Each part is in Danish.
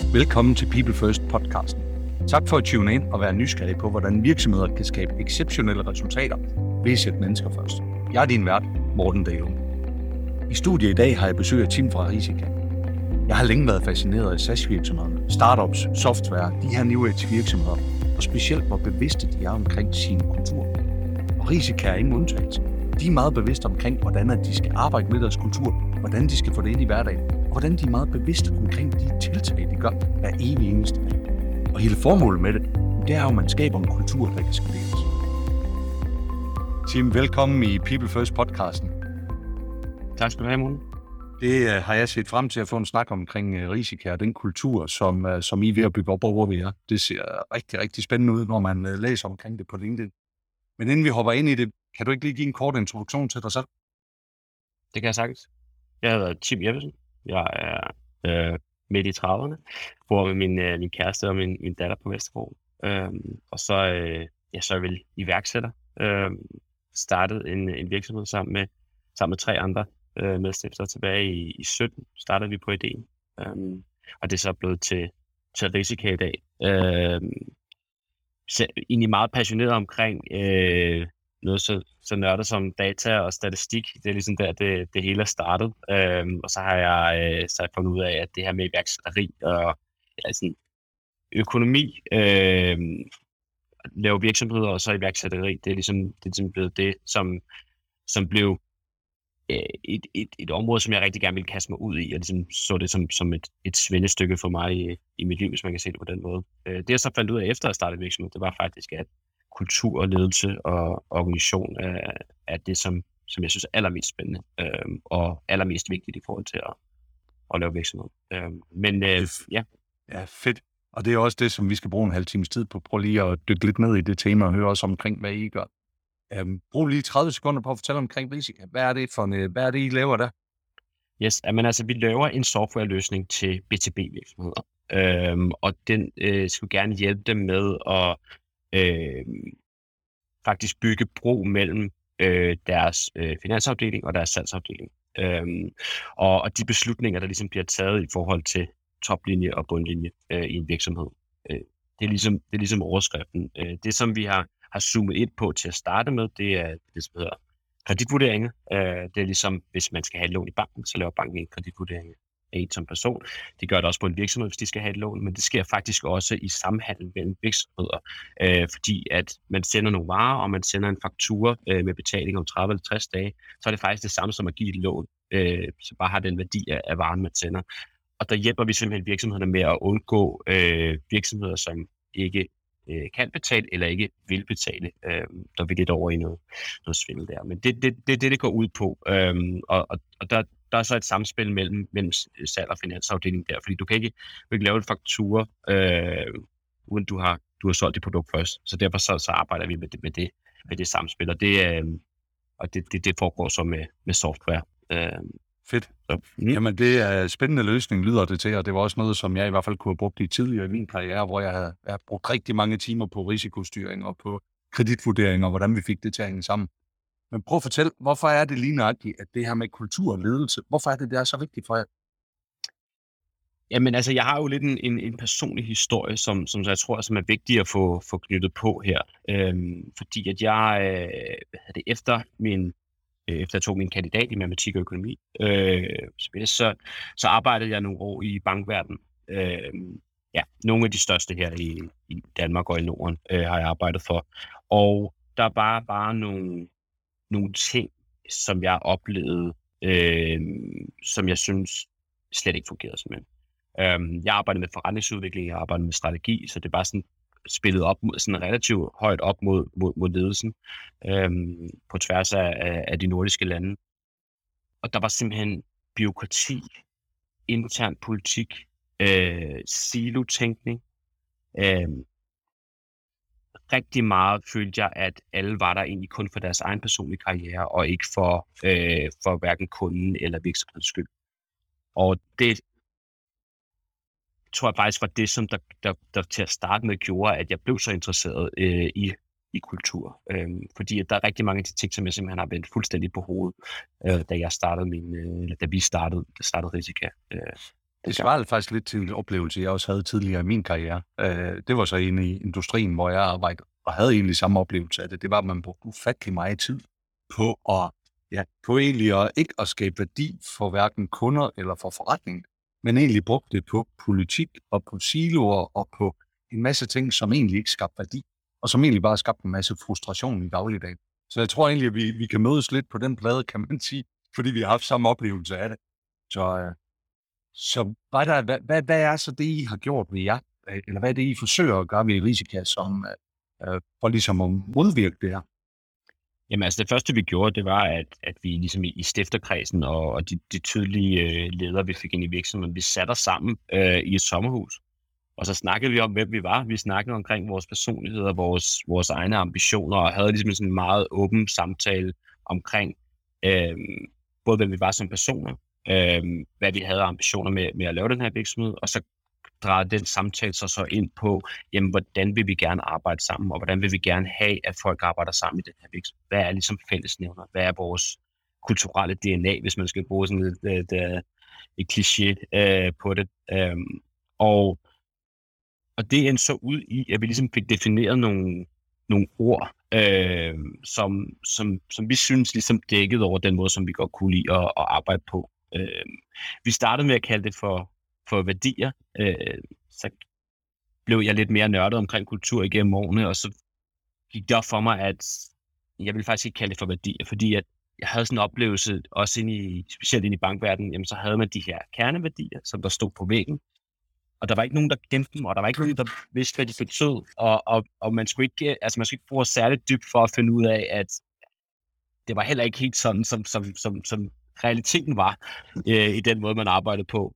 Velkommen til People First podcasten. Tak for at tune ind og være nysgerrig på, hvordan virksomheder kan skabe exceptionelle resultater ved at sætte mennesker først. Jeg er din vært, Morten Dahlum. I studiet i dag har jeg besøg af Tim fra Risica. Jeg har længe været fascineret af SaaS-virksomheder, startups, software, de her New Age virksomheder, og specielt hvor bevidste de er omkring sin kultur. Og Risica er ingen undtagelse. De er meget bevidste omkring, hvordan de skal arbejde med deres kultur, hvordan de skal få det ind i hverdagen, og hvordan de er meget bevidste omkring de tiltag, de gør hver evig eneste dag. Og hele formålet med det er jo, at man skaber en kultur, der kan skaleres. Tim, velkommen i People First podcasten. Tak skal du have, Morten. Det har jeg set frem til at få en snak omkring Risica og den kultur, som I er ved at bygge op over ved jer. Det ser rigtig, rigtig spændende ud, når man læser omkring det på LinkedIn. Men inden vi hopper ind i det, kan du ikke lige give en kort introduktion til dig selv? Det kan jeg sagtens. Jeg hedder Tim Jeppesen. Jeg er midt i 30'erne. Bor med min kæreste og min datter på Vesterbro. Og så er jeg vel iværksætter. Startede en virksomhed sammen med 3 andre medstiftere tilbage i 17. Startede vi på ideen. Og det er så blevet til Risica i dag. Egentlig meget passioneret omkring noget så nørdet som data og statistik. Det er ligesom der, det hele er startet. Og så har jeg så fundet ud af, at det her med iværksætteri og sådan økonomi, lave virksomheder og så iværksætteri, det er ligesom blevet det, som blev et område, som jeg rigtig gerne ville kaste mig ud i, og ligesom så det som et svendestykke for mig i mit liv, hvis man kan se det på den måde. Det jeg så fandt ud af efter at starte virksomhed, det var faktisk, at kultur og ledelse og organisation er det, som jeg synes er allermest spændende og allermest vigtigt i forhold til at lave virksomhed. Ja. Ja, fedt. Og det er også det, som vi skal bruge en halv times tid på. Prøv lige at dykke lidt ned i det tema og høre også omkring, hvad I gør. Brug lige 30 sekunder på at fortælle omkring Risica. Hvad er det, I laver der? Yes, vi laver en softwareløsning til B2B-virksomheder. Og den skulle gerne hjælpe dem med at faktisk bygge bro mellem deres finansafdeling og deres salgsafdeling. Og de beslutninger, der ligesom bliver taget i forhold til toplinje og bundlinje i en virksomhed. Det er ligesom overskriften. Det, som vi har zoomet ind på til at starte med, det er det, som hedder kreditvurderinger. Det er ligesom, hvis man skal have et lån i banken, så laver banken en kreditvurdering af en som person. Det gør det også på en virksomhed, hvis de skal have et lån, men det sker faktisk også i samhandel mellem virksomheder, fordi at man sender nogle varer, og man sender en faktura med betaling om 30 eller 60 dage, så er det faktisk det samme som at give et lån, så bare har den værdi af varen, man sender. Og der hjælper vi simpelthen virksomhederne med at undgå virksomheder, som ikke kan betale eller ikke vil betale. Der er vi lidt over i noget svindel der. Men det går ud på. Og der er så et samspil mellem salg og finansafdelingen der, fordi du kan ikke lave en faktura, uden du har solgt dit produkt først. Så derfor så arbejder vi med det samspil, og det foregår så med software. Fedt. Jamen, det er en spændende løsning, lyder det til, og det var også noget, som jeg i hvert fald kunne have brugt i tidligere i min karriere, hvor jeg har brugt rigtig mange timer på risikostyring og på kreditvurdering, og hvordan vi fik det til at hænge sammen. Men prøv at fortælle, hvorfor er det lige nøjagtigt, at det her med kultur og ledelse, hvorfor er det er så vigtigt for jer? Jamen, jeg har jo lidt en personlig historie, som jeg tror, som er vigtig at få knyttet på her. Fordi at jeg, efter jeg tog min kandidat i matematik og økonomi, så arbejdede jeg nogle år i bankverdenen. Nogle af de største her i Danmark og i Norden har jeg arbejdet for. Og der var bare nogle ting, som jeg oplevede, som jeg synes slet ikke fungerede simpelthen. Jeg arbejdede med forretningsudvikling, jeg arbejdede med strategi, så det er bare sådan spillet op sådan relativt højt op mod ledelsen på tværs af de nordiske lande. Og der var simpelthen bureaukrati, intern politik, silotænkning. Rigtig meget følte jeg, at alle var der egentlig kun for deres egen personlige karriere, og ikke for hverken kunden eller virksomhedens skyld. Og det tror jeg faktisk var det, som der til at starte med gjorde, at jeg blev så interesseret i kultur. Fordi at der er rigtig mange af de ting, som jeg simpelthen har vendt fuldstændig på hovedet, da vi startede Risica. Det svarede faktisk lidt til en oplevelse, jeg også havde tidligere i min karriere. Det var så inde i industrien, hvor jeg arbejdede, og havde egentlig samme oplevelse af det. Det var, at man brugte ufattelig meget tid på på egentlig ikke at skabe værdi for hverken kunder eller for forretningen, men egentlig brugte det på politik og på siloer og på en masse ting, som egentlig ikke skabte værdi, og som egentlig bare skabte en masse frustration i dagligdagen. Så jeg tror egentlig, at vi kan mødes lidt på den plade, kan man sige, fordi vi har haft samme oplevelse af det. Så hvad er så det, I har gjort ved jer? Eller hvad er det, I forsøger at gøre ved Risika, som for ligesom at modvirke det her? Jamen altså det første vi gjorde, det var, at vi ligesom i stifterkredsen og de tydelige ledere, vi fik ind i virksomheden, vi satte os sammen i et sommerhus. Og så snakkede vi om, hvem vi var. Vi snakkede omkring vores personligheder, vores egne ambitioner, og havde ligesom sådan en meget åben samtale omkring både hvem vi var som personer, hvad vi havde ambitioner med at lave den her virksomhed, og så drejede den samtale så ind på, jamen, hvordan vil vi gerne arbejde sammen, og hvordan vil vi gerne have, at folk arbejder sammen i den her virksomhed. Hvad er ligesom fællesnævner? Hvad er vores kulturelle DNA, hvis man skal bruge sådan et kliché på det? Og det endte så ud i, at vi ligesom fik defineret nogle ord, som vi synes ligesom dækkede over den måde, som vi godt kunne lide at arbejde på. Vi startede med at kalde det for værdier. Så blev jeg lidt mere nørdet omkring kultur igennem årene, og så gik det op for mig, at jeg ville faktisk ikke kalde det for værdier, fordi at jeg havde sådan en oplevelse, også specielt inde i bankverdenen, jamen så havde man de her kerneværdier, som der stod på væggen, og der var ikke nogen, der kendte dem, og der var ikke nogen, der vidste, hvad de betød, og man skulle ikke bruge særligt dybt for at finde ud af, at det var heller ikke helt sådan, som realiteten var i den måde, man arbejdede på.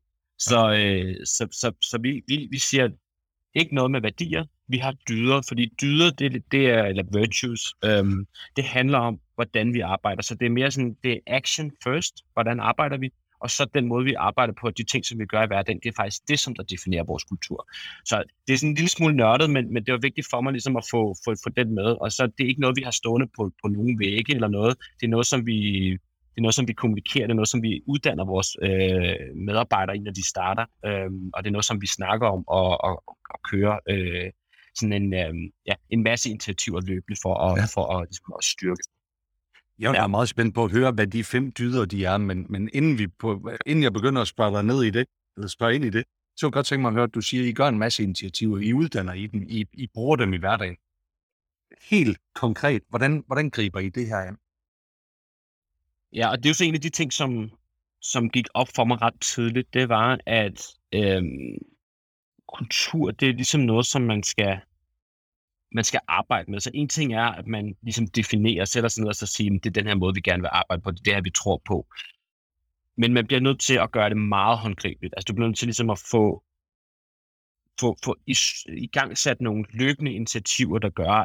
Så vi siger ikke noget med værdier, vi har dyder, fordi dyder, det er, eller virtues, det handler om, hvordan vi arbejder. Så det er mere sådan, det er action first, hvordan arbejder vi, og så den måde, vi arbejder på, de ting, som vi gør i hverdagen, det er faktisk det, som der definerer vores kultur. Så det er sådan en lille smule nørdet, men det var vigtigt for mig ligesom at få den med, og så det er ikke noget, vi har stående på nogen vægge eller noget. Det er noget, som vi kommunikerer, det er noget, som vi uddanner vores medarbejdere i, når de starter, og det er noget, som vi snakker om og kører sådan en masse initiativer løbende for at styrke. Jeg er meget spændt på at høre, hvad de 5 dyder de er, men inden jeg begynder at spørge dig ned i det, eller spørge ind i det, så kan jeg godt tænke mig at høre, at du siger, at I gør en masse initiativer, I uddanner i dem, I bruger dem i hverdagen. Helt konkret, hvordan griber I det her an? Ja, og det er jo så en af de ting, som gik op for mig ret tidligt, det var, at kultur, det er ligesom noget, som man skal arbejde med. Så en ting er, at man ligesom definerer, sætter sig ned og så siger, at det er den her måde, vi gerne vil arbejde på, det er det her, vi tror på. Men man bliver nødt til at gøre det meget håndgribeligt. Altså du bliver nødt til ligesom at få i gang sat nogle løbende initiativer, der gør,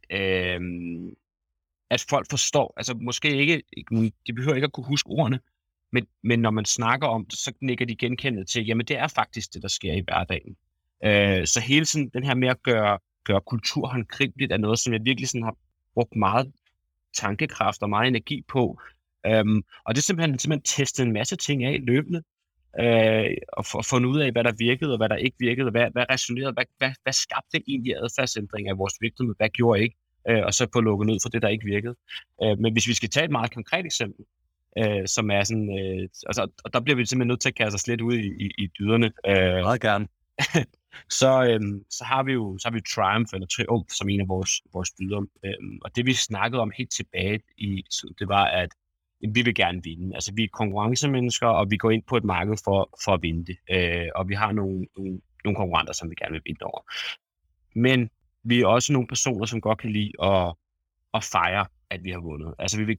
at folk forstår, altså måske ikke, de behøver ikke at kunne huske ordene, men når man snakker om det, så nikker de genkendet til, jamen det er faktisk det, der sker i hverdagen. Så hele tiden den her med at gøre kultur håndgribeligt er noget, som jeg virkelig sådan har brugt meget tankekraft og meget energi på. Og det er simpelthen testet en masse ting af løbende, og fundet ud af, hvad der virkede og hvad der ikke virkede, hvad resonerede, hvad skabte egentlig adfærdsændring af vores virksomhed, hvad gjorde ikke, og så få lukket ud for det, der ikke virkede. Men hvis vi skal tage et meget konkret eksempel, som er sådan, og der bliver vi simpelthen nødt til at kaste os lidt ud i dyderne. Meget gerne. Så har vi Triumph, eller Triumph, som en af vores dyder. Og det vi snakkede om helt tilbage i tiden, det var, at vi vil gerne vinde. Altså vi er konkurrencemennesker, og vi går ind på et marked for at vinde det. Og vi har nogle konkurrenter, som vi gerne vil vinde over. Men vi er også nogle personer, som godt kan lide at fejre, at vi har vundet. Altså vi vil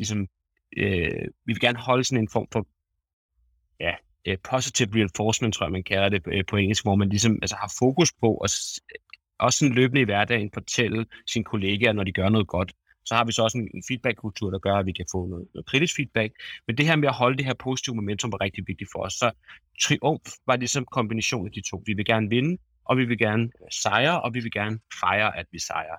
gerne holde sådan en form for positive reinforcement, tror jeg, man kalder det på engelsk, hvor man ligesom har fokus på at også sådan løbende i hverdagen fortælle sine kollegaer, når de gør noget godt. Så har vi så også en feedback-kultur, der gør, at vi kan få noget kritisk feedback. Men det her med at holde det her positive momentum var rigtig vigtigt for os. Så Triumph var ligesom kombination af de to. Vi vil gerne vinde, og vi vil gerne sejre, og vi vil gerne fejre, at vi sejrer.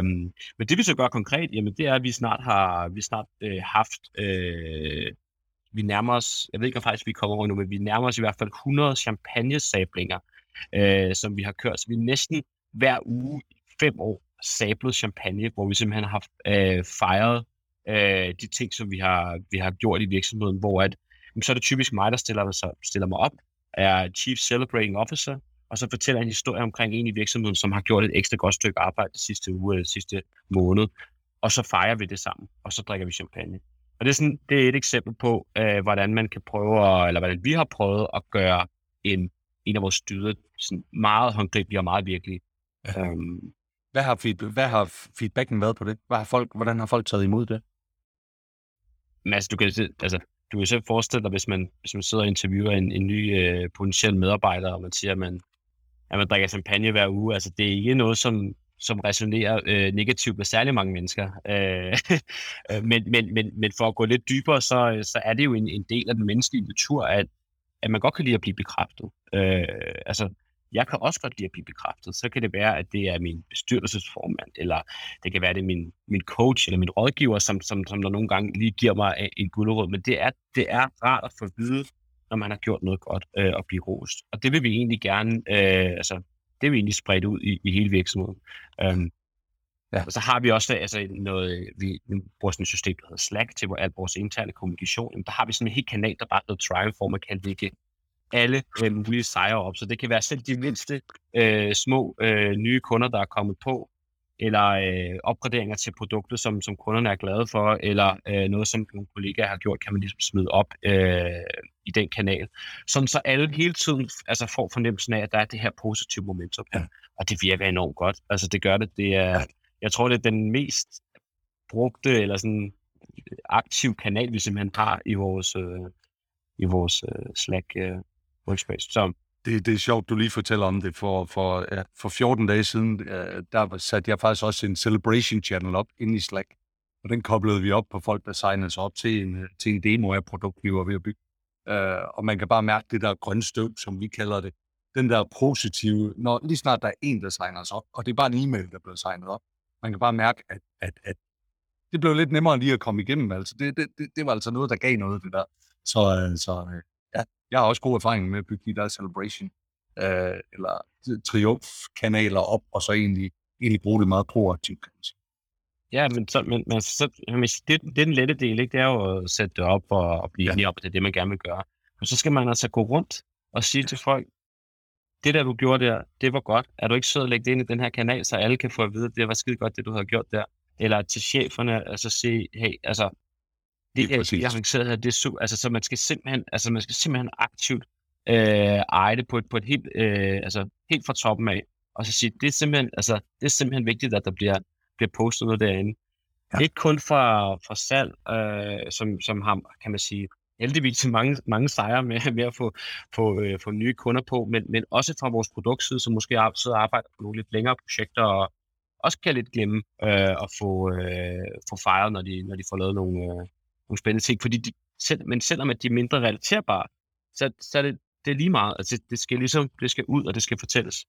Men det vi så gør konkret, jamen det er, at vi snart har haft nærmer os, jeg ved ikke om faktisk vi kommer over nu, men vi nærmer os i hvert fald 100 champagnesablinger, som vi har kørt. Så vi næsten hver uge i 5 år sablet champagne, hvor vi simpelthen har fejret de ting, som vi har gjort i virksomheden, hvor så er det typisk mig, der stiller mig op, er Chief Celebrating Officer, og så fortæller en historie omkring en i virksomheden, som har gjort et ekstra godt stykke arbejde det sidste uge eller sidste måned, og så fejrer vi det sammen, og så drikker vi champagne. Og det er et eksempel på, hvordan man kan prøve, eller hvordan vi har prøvet at gøre en af vores dyder sådan meget håndgribelig og meget virkelig. Ja. Hvad har feedbacken været på det? Hvordan har folk taget imod det? Men altså, du kan selv forestille dig, hvis man sidder og interviewer en ny potentiel medarbejder, og man siger, at man drikker champagne hver uge. Altså, det er ikke noget, som resonerer negativt med særlig mange mennesker. Men for at gå lidt dybere, så er det jo en del af den menneskelige natur, at man godt kan lide at blive bekræftet. Altså, jeg kan også godt lide at blive bekræftet. Så kan det være, at det er min bestyrelsesformand, eller det kan være, at det er min coach eller min rådgiver, som der nogle gange lige giver mig en gulerod. Men det er rart at få at vide, når man har gjort noget godt og blive rost. Og det vil vi egentlig gerne, det vil vi egentlig spredt ud i hele virksomheden. Og så har vi også vi bruger sådan et system, der hedder Slack, til al vores interne kommunikation. Jamen, der har vi sådan en helt kanal, der bare hedder Triumph, hvor man kan lægge alle mulige sejre op. Så det kan være selv de mindste små nye kunder, der er kommet på, eller opgraderinger til produkter, som kunderne er glade for, eller noget, som nogle kollegaer har gjort, kan man ligesom smide op i den kanal. Sådan så alle hele tiden får fornemmelsen af, at der er det her positive momentum. Ja. Og det virker enormt godt. Altså det gør det. Jeg tror, det er den mest brugte eller sådan aktiv kanal, vi simpelthen har i vores Slack workspace. Så det er sjovt, du lige fortæller om det. For 14 dage siden, der satte jeg faktisk også en celebration channel op inde i Slack. Og den koblede vi op på folk, der signede sig op til en demo af produkt, vi var ved at bygge. Og man kan bare mærke det der grønne støv, som vi kalder det. Den der positive, når lige snart der er en, der signer sig op, og det er bare en e-mail, der bliver signet op. Man kan bare mærke, at det blev lidt nemmere lige at komme igennem. Altså, det var altså noget, der gav noget, det der. Så ja, jeg har også god erfaring med at bygge de der celebration eller triumf-kanaler op, og så egentlig bruge det meget proaktivt, kan man sige. Ja, men det er den lette del, ikke? Det er jo at sætte det op og blive enige op, det er det, man gerne vil gøre. Men så skal man altså gå rundt og sige til folk, det der, du gjorde der, det var godt. Er du ikke sød at lægge det ind i den her kanal, så alle kan få at vide, at det var skide godt, det du havde gjort der. Eller til cheferne, altså sige, hey, altså, det jeg har arrangeret her, det er super. Altså, så man skal simpelthen aktivt eje det på et helt, helt fra toppen af. Og så sige, det er simpelthen vigtigt, at der bliver postet noget derinde. Ja. Ikke kun fra salg, som har, kan man sige, heldigvis mange sejre med at få nye kunder på, men også fra vores produktside, som måske sidder og arbejder på nogle lidt længere projekter, og også kan lidt glemme at få fejret, når de får lavet nogle spændende ting. Fordi men selvom at de er mindre relaterbare, så er det lige meget. Altså, det skal ud, og det skal fortælles.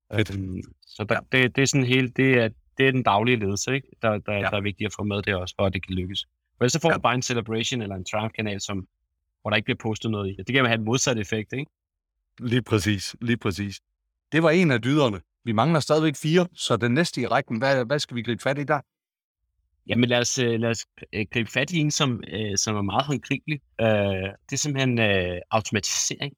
Så det er sådan helt, det er den daglige ledelse, ikke? Der er vigtigt at få med det også, for at det kan lykkes. For ellers så får man bare en celebration eller en Triumph-kanal, hvor der ikke bliver postet noget i. Det kan have en modsat effekt, ikke? Lige præcis. Det var en af dyderne. Vi mangler stadigvæk 4, så den næste i rækken, hvad skal vi gribe fat i der? Jamen lad os gribe fat i en, som er meget håndgribelig. Det er simpelthen automatisering.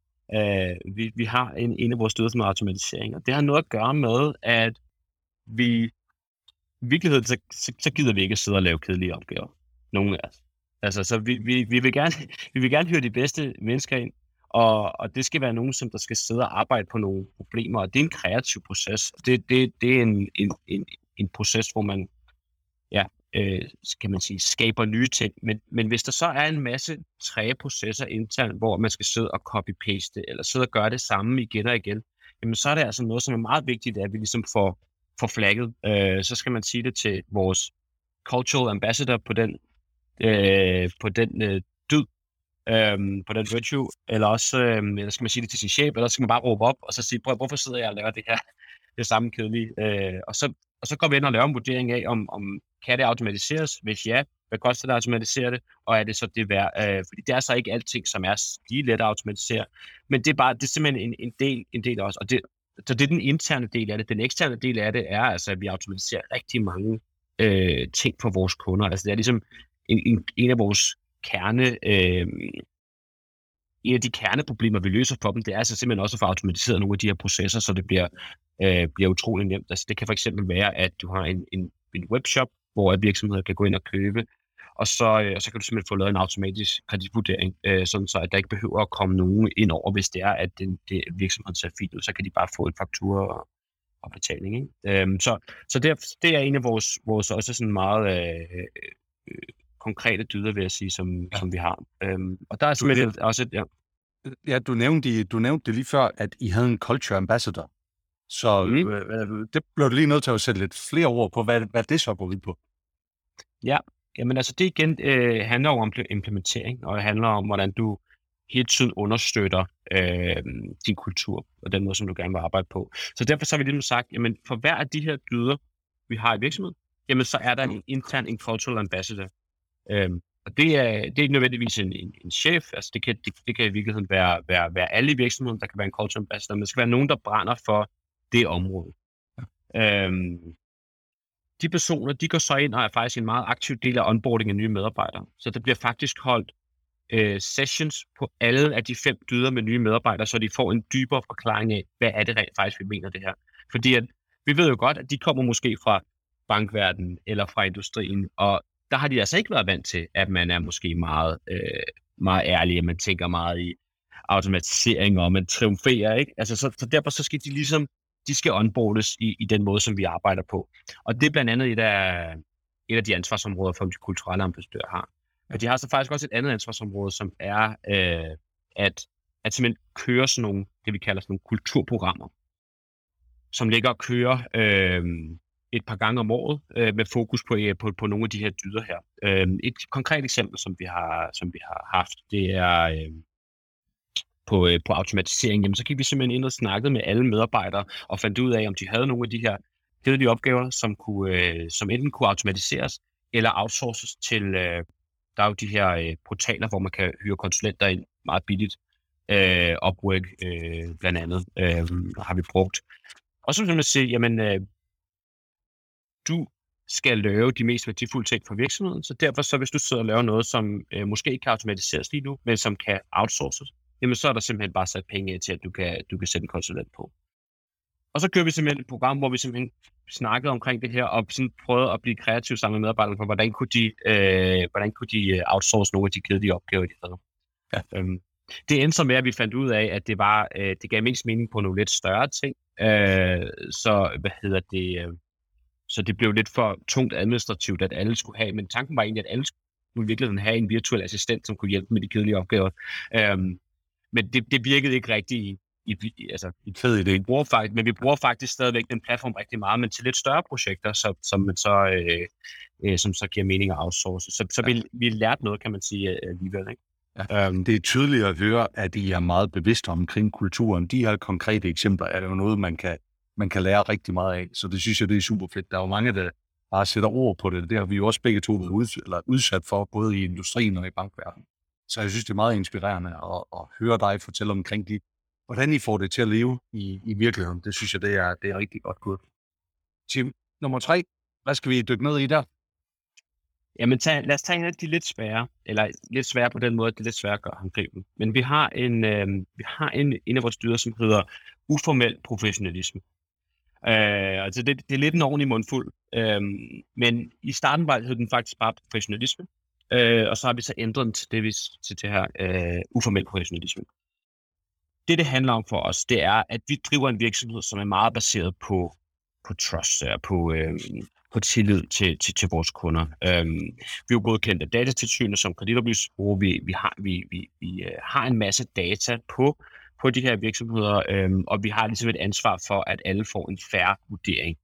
Vi har en af vores dyder, som er automatisering, og det har noget at gøre med, at vi i virkeligheden, så gider vi ikke at sidde og lave kedelige opgaver. Nogen af os. Altså, så vi vil gerne høre de bedste mennesker ind, og det skal være nogen, som der skal sidde og arbejde på nogle problemer, og det er en kreativ proces. Det er en proces, hvor man, kan man sige, skaber nye ting. Men hvis der så er en masse træge processer internt, hvor man skal sidde og copy-paste, eller sidde og gøre det samme igen og igen, jamen så er det altså noget, som er meget vigtigt, at vi ligesom får flagget. Så skal man sige det til vores cultural ambassador på den dyd, på den virtue, eller også eller skal man sige det til sin chef, eller så skal man bare råbe op, og så sige, hvorfor sidder jeg og laver det her, det samme kedelige, og så går vi ind og laver en vurdering af, om kan det automatiseres, hvis ja, Hvad koster det at automatisere det? Og er det så det værd? Fordi det er så ikke alting, som er lige let at automatisere. Men det er simpelthen en del også. Så det er den interne del af det. Den eksterne del af det er altså, at vi automatiserer rigtig mange ting for vores kunder. Altså det er ligesom en af vores en af de kerneproblemer, vi løser for dem, det er altså simpelthen også at få automatiseret nogle af de her processer, så det bliver utrolig nemt. Altså det kan for eksempel være, at du har en webshop, hvor virksomheder kan gå ind og købe, og så kan du simpelthen få lavet en automatisk kreditvurdering, sådan så at der ikke behøver at komme nogen ind over, hvis det er, at virksomheden ser fint ud, så kan de bare få en faktura og betaling. Ikke? Så det er en af vores også sådan meget konkrete dyder, vil jeg sige, som vi har. Og der er simpelthen også et... Ja, du nævnte det lige før, at I havde en culture ambassador. Så det blev du lige nødt til at sætte lidt flere ord på, hvad det så går ud på. Ja, jamen altså det igen handler jo om implementering, og det handler om, hvordan du hele tiden understøtter din kultur, og den måde, som du gerne vil arbejde på. Så derfor så har vi ligesom sagt, jamen for hver af de her dyder, vi har i virksomheden, jamen så er der en cultural ambassador. Og det er ikke nødvendigvis en chef, altså det kan i virkeligheden være alle i virksomheden, der kan være en culture ambassador, men det skal være nogen, der brænder for det område. Ja. De personer, de går så ind og er faktisk en meget aktiv del af onboarding af nye medarbejdere. Så der bliver faktisk holdt sessions på alle af de 5 dyder med nye medarbejdere, så de får en dybere forklaring af, hvad er det rent faktisk, vi mener det her. Fordi at, vi ved jo godt, at de kommer måske fra bankverdenen eller fra industrien, og der har de altså ikke været vant til, at man er måske meget ærlig, at man tænker meget i automatisering, og man triumferer, ikke? Altså, så derfor så skal de skal onboardes i den måde, som vi arbejder på. Og det er blandt andet et af de ansvarsområder, som de kulturelle ambassadører har. Og de har så faktisk også et andet ansvarsområde, som er at simpelthen køre sådan nogle, det vi kalder sådan nogle kulturprogrammer, som ligger og kører et par gange om året med fokus på nogle af de her dyder her. Et konkret eksempel, som vi har haft, det er på automatisering. Jamen, så gik vi simpelthen ind og snakkede med alle medarbejdere og fandt ud af, om de havde nogle af de her kedelige opgaver, som enten kunne automatiseres eller outsources til, der er jo de her portaler, hvor man kan hyre konsulenter ind meget billigt. Upwork blandt andet har vi brugt. Og så vil man sige, jamen, du skal lave de mest værdifulde ting for virksomheden, så derfor så hvis du sidder og laver noget, som måske ikke kan automatiseres lige nu, men som kan outsources, jamen så er der simpelthen bare sat penge af til, at du kan sætte en konsulent på. Og så kører vi simpelthen et program, hvor vi simpelthen snakkede omkring det her, og sådan prøvede at blive kreative sammen med medarbejderne for, hvordan kunne de outsource nogle af de kedelige opgaver, de havde. Ja. Det endte så med, at vi fandt ud af, at det gav mest mening på nogle lidt større ting. Så det blev lidt for tungt administrativt, at alle skulle have, men tanken var egentlig, at alle skulle i virkeligheden have en virtuel assistent, som kunne hjælpe med de kedelige opgaver. Men det virkede ikke rigtigt en fed idé. Men vi bruger faktisk stadigvæk den platform rigtig meget, men til lidt større projekter, som så giver mening at outsource. Så vi lærte noget, kan man sige, alligevel, ikke? Ja. Det er tydeligt at høre, at I er meget bevidste omkring kulturen. De her konkrete eksempler er jo noget, man kan lære rigtig meget af, så det synes jeg, det er super fedt. Der er jo mange, der bare sætter ord på det. Det har vi jo også begge to været udsat for, både i industrien og i bankverdenen. Så jeg synes, det er meget inspirerende at høre dig fortælle omkring hvordan I får det til at leve i virkeligheden. Det synes jeg, det er rigtig godt gået. Tim, nummer 3. Hvad skal vi dykke ned i der? Jamen, lad os tage en af de lidt svære på den måde, at det er lidt svært at gøre håndgriben. Men vi har en af vores dyder, som hedder uformel professionalisme. Altså det er lidt en ordentlig mundfuld. Men i starten hed den faktisk bare professionalisme. Og så har vi så ændret den til det her uformel professionalisme. Det handler om for os, det er, at vi driver en virksomhed, som er meget baseret på trust, på tillid til vores kunder. Vi er jo godkendt af Datatilsynet som kreditoplysningsbureau. Vi har en masse data på de her virksomheder, og vi har ligesom et ansvar for, at alle får en fair vurdering.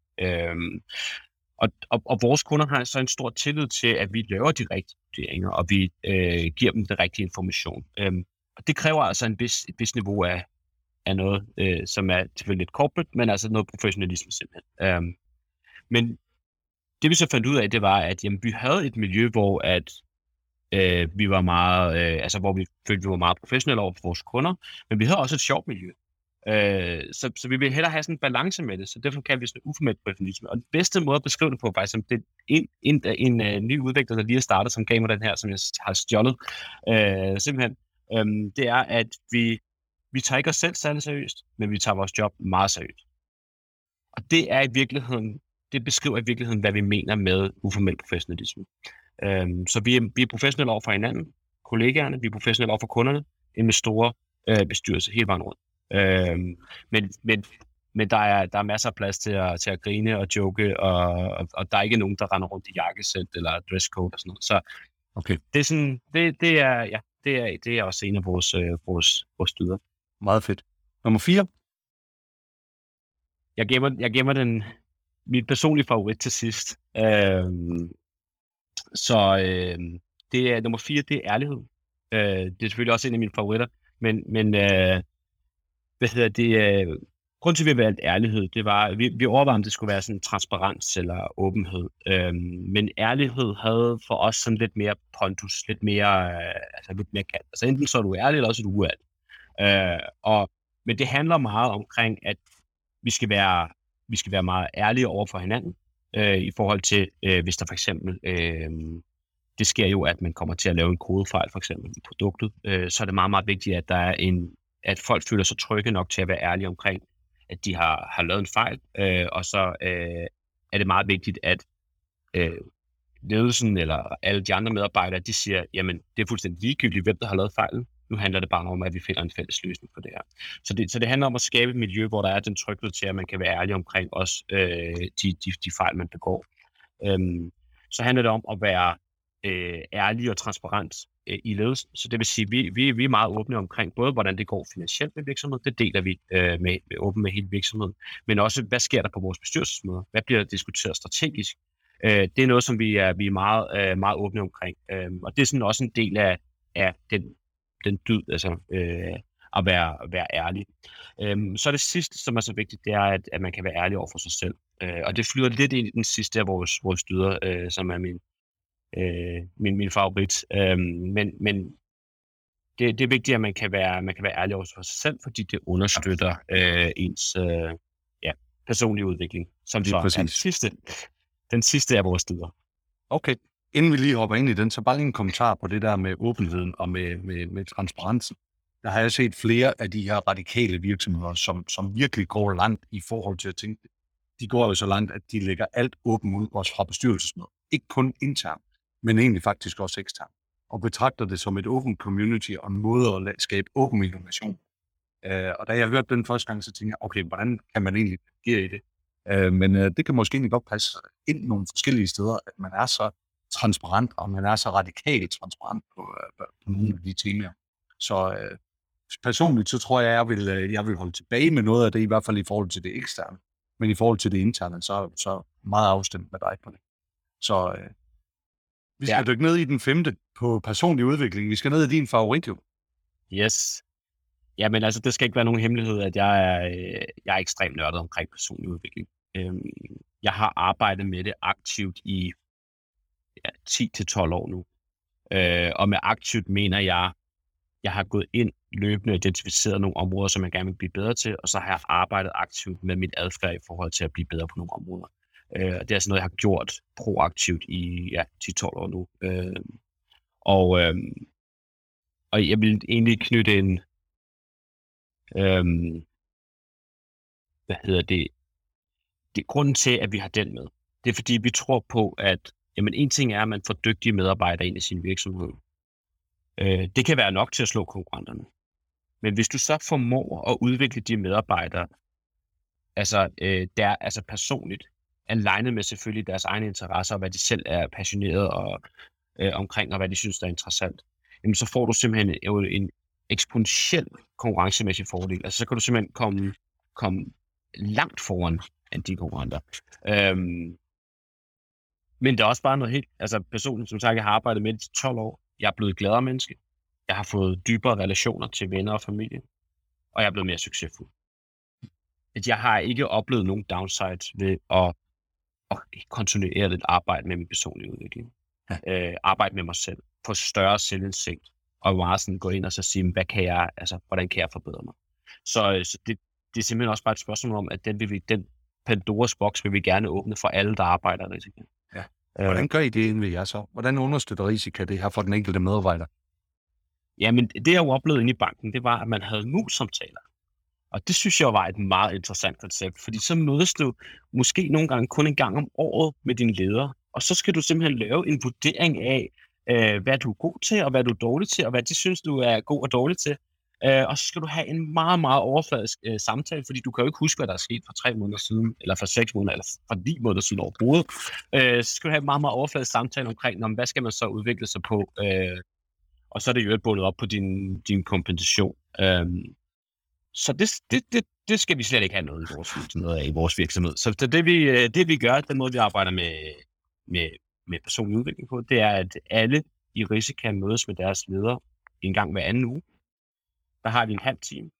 Og vores kunder har så en stor tillid til, at vi laver de rigtige vurderinger, og vi giver dem den rigtige information. Og det kræver altså et vis niveau af noget, som er selvfølgelig lidt corporate, men altså noget professionalisme simpelthen. Men Det vi så fandt ud af, det var, at jamen, vi havde et miljø, hvor at vi var meget, hvor vi følte, vi var meget professionelle over for vores kunder, men vi havde også et sjovt miljø. Så vi vil hellere have sådan en balance med det, så derfor kan vi sådan uformelt professionalisme. Og den bedste måde at beskrive det på, faktisk, som det er en ny udvikler, der lige er startet, som gav mig den her, som jeg har stjålet, simpelthen, det er, at vi tager ikke os selv særlig seriøst, men vi tager vores job meget seriøst. Og det er i virkeligheden, det beskriver i virkeligheden, hvad vi mener med uformel professionalisme. Så vi er professionelle over for hinanden, kollegaerne, vi er professionelle over for kunderne, investorer, bestyrelse, hele vejen rundt. Men der er masser af plads til at grine og joke, og der er ikke nogen, der render rundt i jakkesæt eller dresscode og sådan noget. Så Okay, det er sådan, det er også en af vores dyder. meget fedt. Nummer 4. Jeg gemmer mit personlige favorit til sidst. Det er nummer 4, det er ærlighed. Det er selvfølgelig også en af mine favoritter, men grunden til, at vi valgte ærlighed, det var, vi overvejede, om det skulle være sådan transparens eller åbenhed. Men ærlighed havde for os sådan lidt mere pondus, lidt mere kant. Altså enten så er du ærlig, eller også er du uærlig. Men det handler meget omkring, at vi skal være meget ærlige over for hinanden, i forhold til, hvis der for eksempel, det sker jo, at man kommer til at lave en kodefejl, for eksempel i produktet, så er det meget, meget vigtigt, at der er at folk føler sig trygge nok til at være ærlige omkring, at de har lavet en fejl, og så er det meget vigtigt, at ledelsen eller alle de andre medarbejdere, de siger, jamen det er fuldstændig ligegyldigt, hvem der har lavet fejlen. Nu handler det bare om, at vi finder en fælles løsning på det her. Så det handler om at skabe et miljø, hvor der er den tryghed til, at man kan være ærlig omkring også de fejl, man begår. Så handler det om at være ærlig og transparent i ledelsen. Så det vil sige, vi er meget åbne omkring både, hvordan det går finansielt med virksomheden, det deler vi åbent med hele virksomheden, men også, hvad sker der på vores bestyrelsesmøder? Hvad bliver der diskuteret strategisk? Det er noget, som vi er meget, meget åbne omkring. Og det er sådan også en del af den dyd, altså at være ærlig. Så det sidste, som er så vigtigt, det er, at man kan være ærlig over for sig selv. Og det flyder lidt ind i den sidste af vores dyder, som er min favorit. Men det er vigtigt, at man kan være ærlig over for sig selv, fordi det understøtter ens personlige udvikling, som så er den sidste af vores dyder. Okay. Inden vi lige hopper ind i den, så bare lige en kommentar på det der med åbenheden og med transparensen. Der har jeg set flere af de her radikale virksomheder, som virkelig går langt i forhold til at tænke. De går jo så langt, at de lægger alt åbent ud, også fra bestyrelsesmøder. Ikke kun internt, men egentlig faktisk også eksternt. Og betragter det som et åbent community og en måde at skabe åben innovation. Og da jeg hørte den første gang, så tænkte jeg, okay, hvordan kan man egentlig agere i det? Men det kan måske egentlig godt passe ind nogle forskellige steder, at man er så transparent, og man er så radikalt transparent på nogle af de temaer. Så personligt, så tror jeg vil holde tilbage med noget af det, i hvert fald i forhold til det eksterne. Men i forhold til det interne, så meget afstemt med dig på det. Så vi skal dykke ned i den 5. på personlig udvikling. Vi skal ned i din favorit jo. Yes. Jamen altså, det skal ikke være nogen hemmelighed, at jeg er ekstremt nørdet omkring personlig udvikling. Jeg har arbejdet med det aktivt i 10-12 år nu. Og med aktivt mener jeg har gået ind løbende og identificeret nogle områder, som jeg gerne vil blive bedre til, og så har jeg arbejdet aktivt med mit adfærd i forhold til at blive bedre på nogle områder. Det er altså noget, jeg har gjort proaktivt i 10-12 år nu. Og jeg vil egentlig knytte en det er grunden til, at vi har den med. Det er fordi, vi tror på, at en ting er, at man får dygtige medarbejdere ind i sin virksomhed. Det kan være nok til at slå konkurrenterne. Men hvis du så formår at udvikle de medarbejdere, altså personligt, alignet med selvfølgelig deres egne interesser, og hvad de selv er passionerede omkring, og hvad de synes, der er interessant, jamen så får du simpelthen en eksponentiel konkurrencemæssig fordel. Altså så kan du simpelthen komme langt foran end de konkurrenter. Men det er også bare noget helt, altså personligt, som sagt, jeg har arbejdet med det i 12 år. Jeg er blevet et gladere menneske. Jeg har fået dybere relationer til venner og familie. Og jeg er blevet mere succesfuld. Jeg har ikke oplevet nogen downsides ved at og kontinuerligt arbejde med min personlige udvikling. Ja. Arbejde med mig selv, få større selvindsigt, og meget sådan gå ind og så sige, hvordan kan jeg forbedre mig? Så det er simpelthen også bare et spørgsmål om, at den Pandoras boks vil vi gerne åbne for alle, der arbejder i Risika. Ja. Hvordan gør I det egentlig jer så? Hvordan understøtter Risika det her for den enkelte medarbejder? Jamen, det jeg jo oplevede inde i banken, det var, at man havde mus-samtaler. Og det synes jeg var et meget interessant koncept, fordi så mødes du måske nogle gange kun en gang om året med din leder, og så skal du simpelthen lave en vurdering af, hvad du er god til, og hvad du er dårlig til, og hvad de synes, du er god og dårlig til. Og så skal du have en meget, meget overfladisk samtale, fordi du kan jo ikke huske, hvad der er sket for 3 måneder siden, eller for 6 måneder, eller for 9 måneder siden overhovedet. Så skal du have en meget, meget overfladisk samtale omkring, hvad skal man så udvikle sig på, og så er det jo bundet op på din kompensation. Så det skal vi slet ikke have noget i vores virksomhed. Så det vi gør, den måde vi arbejder med personlig udvikling på, det er, at alle i Risika mødes med deres ledere en gang hver anden uge. Der har vi en halv time.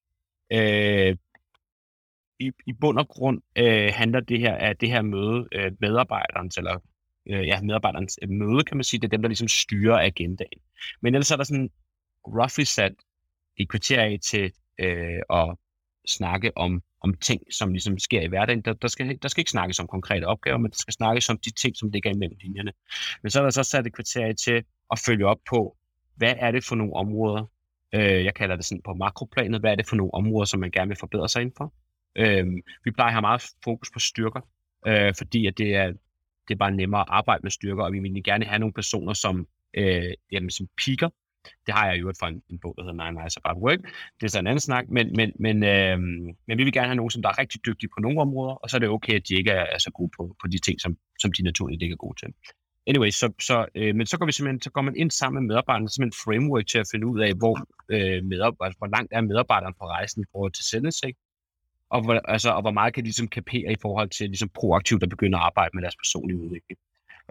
I bund og grund handler det her møde medarbejderens møde, kan man sige. Det er dem, der ligesom styrer agendaen. Men ellers er der sådan roughly sat et kvarter af til at snakke om ting, som ligesom sker i hverdagen. Der skal ikke snakkes om konkrete opgaver, men der skal snakkes om de ting, som ligger imellem linjerne. Men så er der så sat et kvarter af til at følge op på, hvad er det for nogle områder, jeg kalder det sådan på makroplanet, hvad er det for nogle områder, som man gerne vil forbedre sig indenfor. Vi plejer at have meget fokus på styrker, fordi at det er bare nemmere at arbejde med styrker, og vi vil gerne have nogle personer, som piker. Det har jeg jo fra en bog, der hedder 9 Nights About Work. Det er så en anden snak, men vi vil gerne have nogen, som der er rigtig dygtige på nogle områder, og så er det okay, at de ikke er så gode på de ting, som de naturligt ikke er gode til. Anyway, men så går man ind sammen med medarbejderne som en framework til at finde ud af, hvor langt er medarbejderen på rejsen i forhold til selvindsigt, og hvor meget kan de ligesom kapere i forhold til ligesom proaktivt at begynde at arbejde med deres personlige udvikling.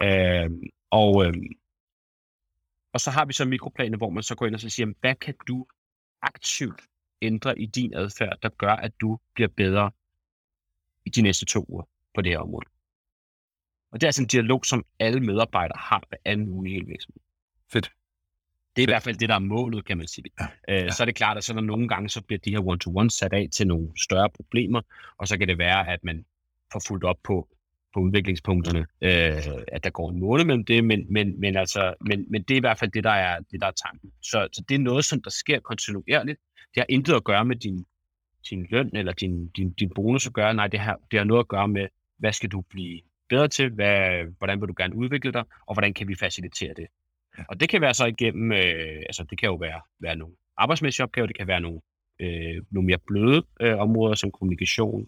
Og så har vi så mikroplaner, hvor man så går ind og så siger, hvad kan du aktivt ændre i din adfærd, der gør, at du bliver bedre i de næste 2 uger på det her område. Og det er altså en dialog, som alle medarbejdere har hver anden uge i hele virksomheden. Fedt. Det er i hvert fald det, der er målet, kan man sige. Ja. Så er det klart, at så der nogle gange, så bliver de her one-to-one sat af til nogle større problemer, og så kan det være, at man får fulgt op på udviklingspunkterne, at der går en måned mellem det, men det er i hvert fald det, der er tanken. Så det er noget, som der sker kontinuerligt. Det har intet at gøre med din løn eller din bonus at gøre. Nej, det har noget at gøre med, hvad skal du blive bedre til, hvordan vil du gerne udvikle dig, og hvordan kan vi facilitere det. Ja. Og det kan være så igennem, det kan jo være nogle arbejdsmæssige opgaver, det kan være nogle mere bløde områder, som kommunikation,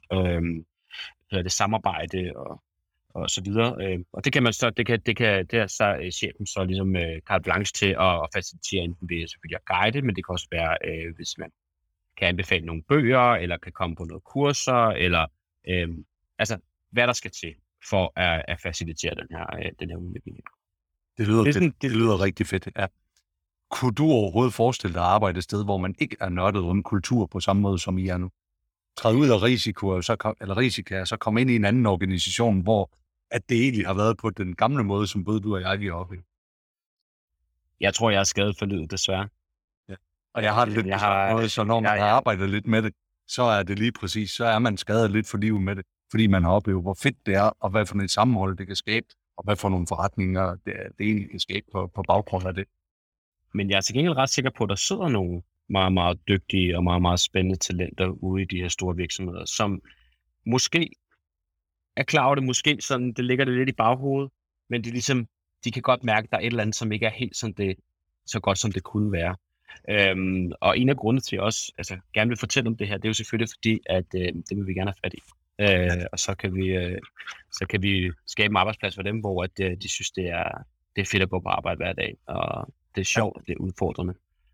det samarbejde og så videre. Og det kan man så, det er så chefen så ligesom carte blanche til at facilitere, enten ved selvfølgelig at guide, men det kan også være, hvis man kan anbefale nogle bøger, eller kan komme på nogle kurser, eller hvad der skal til for at facilitere den her udvikling. Det lyder rigtig fedt, ja. Kunne du overhovedet forestille dig at arbejde et sted, hvor man ikke er nørdet om kultur på samme måde, som I er nu? Træde ud af Risika, så komme ind i en anden organisation, hvor at det egentlig har været på den gamle måde, som både du og jeg er oppe i. Jeg tror, jeg er skadet for livet, desværre. Ja. Og jeg har det lidt så når man har arbejdet lidt med det, så er det lige præcis, så er man skadet lidt for livet med det, fordi man har oplevet, hvor fedt det er, og hvad for et sammenhold det kan skabe, og hvad for nogle forretninger det egentlig kan skabe på baggrund af det. Men jeg er til gengæld ret sikker på, at der sidder nogle meget, meget dygtige og meget, meget spændende talenter ude i de her store virksomheder, som måske er klar over det, måske sådan, det ligger det lidt i baghovedet, men det er ligesom, de kan godt mærke, at der er et eller andet, som ikke er helt så godt, som det kunne være. Og en af grundene til, at jeg også gerne vil fortælle om det her, det er jo selvfølgelig fordi, at det vil vi gerne have fat i. Og så kan vi skabe en arbejdsplads for dem, hvor at, de synes, det er fedt at gå på arbejde hver dag, og det er sjovt, og det er udfordrende.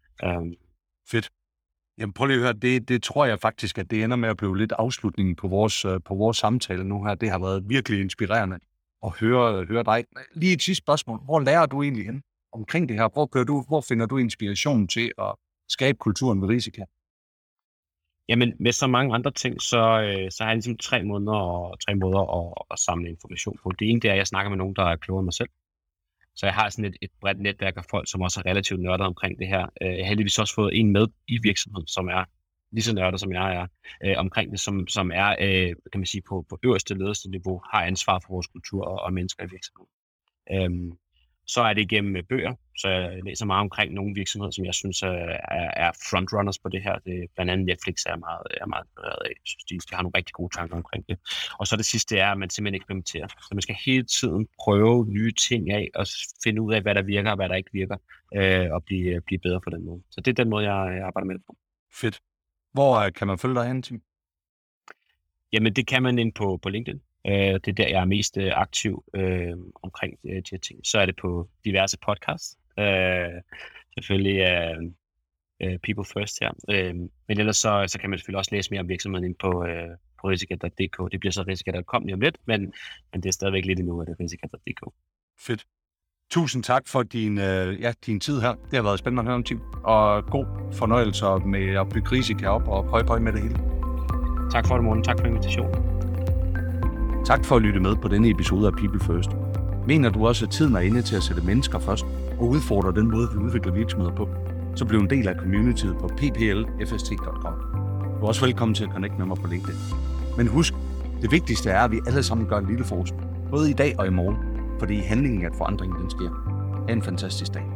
Fedt. Jamen prøv lige at høre, det tror jeg faktisk, at det ender med at blive lidt afslutningen på vores samtale nu her. Det har været virkelig inspirerende at høre dig. Lige et sidste spørgsmål. Hvor lærer du egentlig hen omkring det her? Hvor finder du inspiration til at skabe kulturen ved Risika? Jamen, med så mange andre ting, så har jeg ligesom tre måder at samle information på. Det ene, det er, at jeg snakker med nogen, der er klogere end mig selv. Så jeg har sådan et bredt netværk af folk, som også er relativt nørdet omkring det her. Jeg har heldigvis også fået en med i virksomheden, som er lige så nørdet, som jeg er, omkring det, som er, kan man sige, på øverste ledelse niveau, har ansvar for vores kultur og mennesker i virksomheden. Så er det igennem bøger, så jeg læser meget omkring nogle virksomheder, som jeg synes er frontrunners på det her. Blandt andet Netflix er meget inspireret af. Jeg synes, de har nogle rigtig gode tanker omkring det. Og så det sidste er, at man simpelthen eksperimenterer. Så man skal hele tiden prøve nye ting af, og finde ud af, hvad der virker og hvad der ikke virker, og blive bedre på den måde. Så det er den måde, jeg arbejder med det på. Fedt. Hvor kan man følge dig hen, Tim? Jamen, det kan man ind på LinkedIn. Det er der, jeg er mest aktiv omkring de her ting. Så er det på diverse podcasts. Selvfølgelig People First her. Men ellers så kan man selvfølgelig også læse mere om virksomheden ind på Risikat.dk. Det bliver så Risikat.com lige om lidt, men det er stadigvæk lidt endnu, at det er Risikat.dk. Fedt. Tusind tak for din tid her. Det har været spændende at høre om, Tim. Og god fornøjelse med at bygge Risika op og prøve med det hele. Tak for det, Morten. Tak for invitationen. Tak for at lytte med på denne episode af People First. Mener du også, at tiden er inde til at sætte mennesker først og udfordre den måde, vi udvikler virksomheder på, så bliv en del af communityet på pplfst.com. Du er også velkommen til at connecte med mig på LinkedIn. Men husk, det vigtigste er, at vi alle sammen gør en lille forskel, både i dag og i morgen, fordi handlingen af forandringen den sker. Ha' en fantastisk dag.